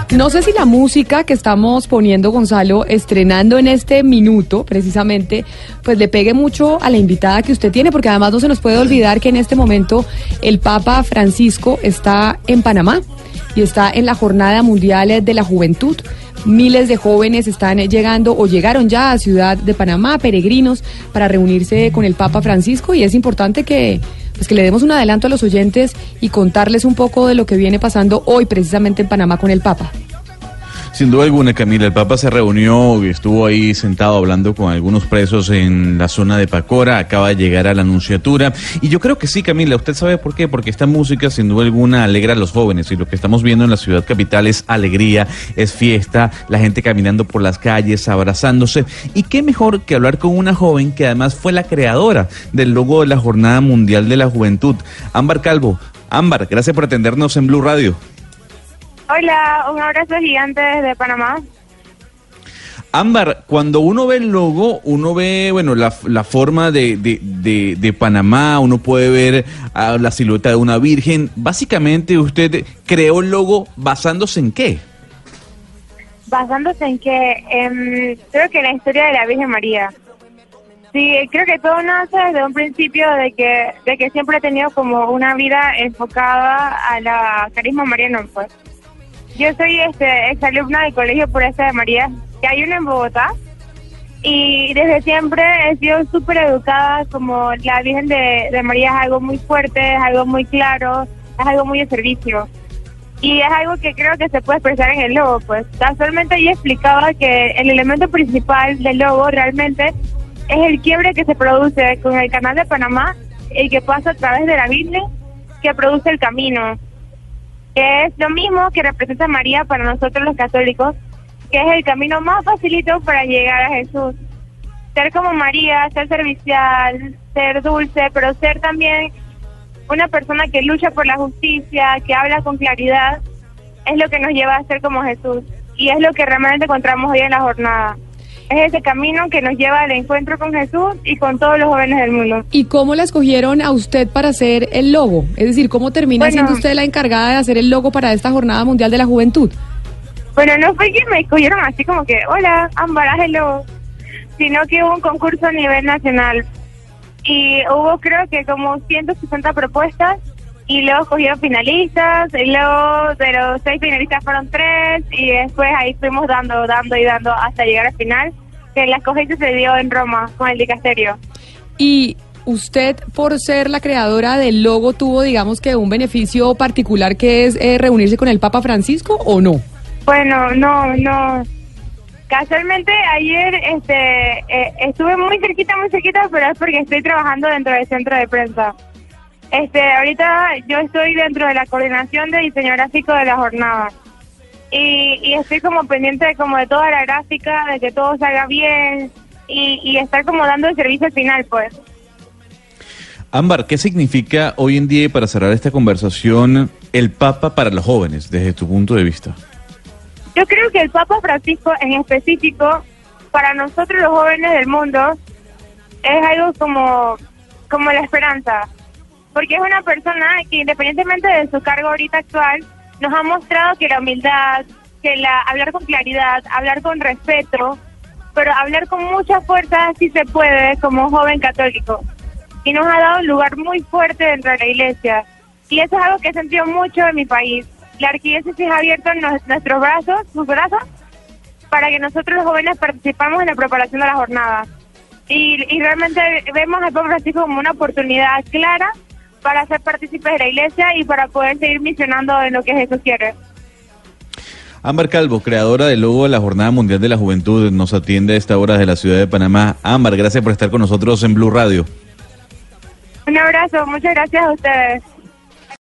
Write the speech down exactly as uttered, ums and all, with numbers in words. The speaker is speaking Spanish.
No sé si la música que estamos poniendo, Gonzalo, estrenando en este minuto, precisamente, pues le pegue mucho a la invitada que usted tiene, porque además no se nos puede olvidar que en este momento el Papa Francisco está en Panamá y está en la Jornada Mundial de la Juventud. Miles de jóvenes están llegando o llegaron ya a Ciudad de Panamá, peregrinos, para reunirse con el Papa Francisco, y es importante que, pues, que le demos un adelanto a los oyentes y contarles un poco de lo que viene pasando hoy precisamente en Panamá con el Papa. Sin duda alguna, Camila, el Papa se reunió y estuvo ahí sentado hablando con algunos presos en la zona de Pacora, acaba de llegar a la Nunciatura, y yo creo que sí, Camila, ¿usted sabe por qué? Porque esta música sin duda alguna alegra a los jóvenes, y lo que estamos viendo en la ciudad capital es alegría, es fiesta, la gente caminando por las calles, abrazándose, y qué mejor que hablar con una joven que además fue la creadora del logo de la Jornada Mundial de la Juventud, Ámbar Calvo. Ámbar, gracias por atendernos en Blue Radio. Hola, un abrazo gigante desde Panamá. Ámbar, cuando uno ve el logo, uno ve, bueno, la, la forma de, de, de, de Panamá, uno puede ver uh, la silueta de una virgen. Básicamente, ¿usted creó el logo basándose en qué? Basándose en que, eh, creo que en la historia de la Virgen María. Sí, creo que todo nace desde un principio de que, de que siempre he tenido como una vida enfocada a la carisma mariano, pues. Yo soy este exalumna del Colegio Pureza de María, que hay uno en Bogotá, y desde siempre he sido súper educada, como la Virgen de, de María es algo muy fuerte, es algo muy claro, es algo muy de servicio. Y es algo que creo que se puede expresar en el logo, pues. Casualmente yo explicaba que el elemento principal del logo realmente es el quiebre que se produce con el Canal de Panamá, el que pasa a través de la Virgen, que produce el camino, que es lo mismo que representa María para nosotros los católicos, que es el camino más facilito para llegar a Jesús. Ser como María, ser servicial, ser dulce, pero ser también una persona que lucha por la justicia, que habla con claridad, es lo que nos lleva a ser como Jesús. Y es lo que realmente encontramos hoy en la jornada. Es ese camino que nos lleva al encuentro con Jesús y con todos los jóvenes del mundo. ¿Y cómo la escogieron a usted para hacer el logo? Es decir, ¿cómo termina bueno, siendo usted la encargada de hacer el logo para esta Jornada Mundial de la Juventud? Bueno, no fue que me escogieron así como que, hola, Ámbar, haz el logo, sino que hubo un concurso a nivel nacional. Y hubo creo que como ciento sesenta propuestas, y luego escogieron finalistas, y luego de los seis finalistas fueron tres, y después ahí fuimos dando, dando y dando hasta llegar al final, que la escogencia se dio en Roma con el dicasterio. Y usted, por ser la creadora del logo, tuvo, digamos, que un beneficio particular, que es eh, reunirse con el Papa Francisco, ¿o no? Bueno, no, no. Casualmente ayer este eh, estuve muy cerquita, muy cerquita, pero es porque estoy trabajando dentro del centro de prensa. Este, ahorita yo estoy dentro de la coordinación de diseño gráfico de la jornada, y, y estoy como pendiente de, como de toda la gráfica, de que todo salga bien, y, y estar como dando el servicio al final, pues. Ámbar, ¿qué significa hoy en día, para cerrar esta conversación, el Papa para los jóvenes, desde tu punto de vista? Yo creo que el Papa Francisco en específico, para nosotros los jóvenes del mundo, es algo como, como la esperanza. Porque es una persona que, independientemente de su cargo ahorita actual, nos ha mostrado que la humildad, que la hablar con claridad, hablar con respeto, pero hablar con mucha fuerza sí se puede como joven católico. Y nos ha dado un lugar muy fuerte dentro de la iglesia. Y eso es algo que he sentido mucho en mi país. La arquidiócesis ha abierto nuestros brazos, sus brazos, para que nosotros los jóvenes participamos en la preparación de la jornada. Y, y realmente vemos al Papa Francisco como una oportunidad clara para ser partícipes de la iglesia y para poder seguir misionando en lo que Jesús quiere. Ámbar Calvo, creadora del logo de la Jornada Mundial de la Juventud, nos atiende a esta hora desde la ciudad de Panamá. Ámbar, gracias por estar con nosotros en Blue Radio. Un abrazo, muchas gracias a ustedes.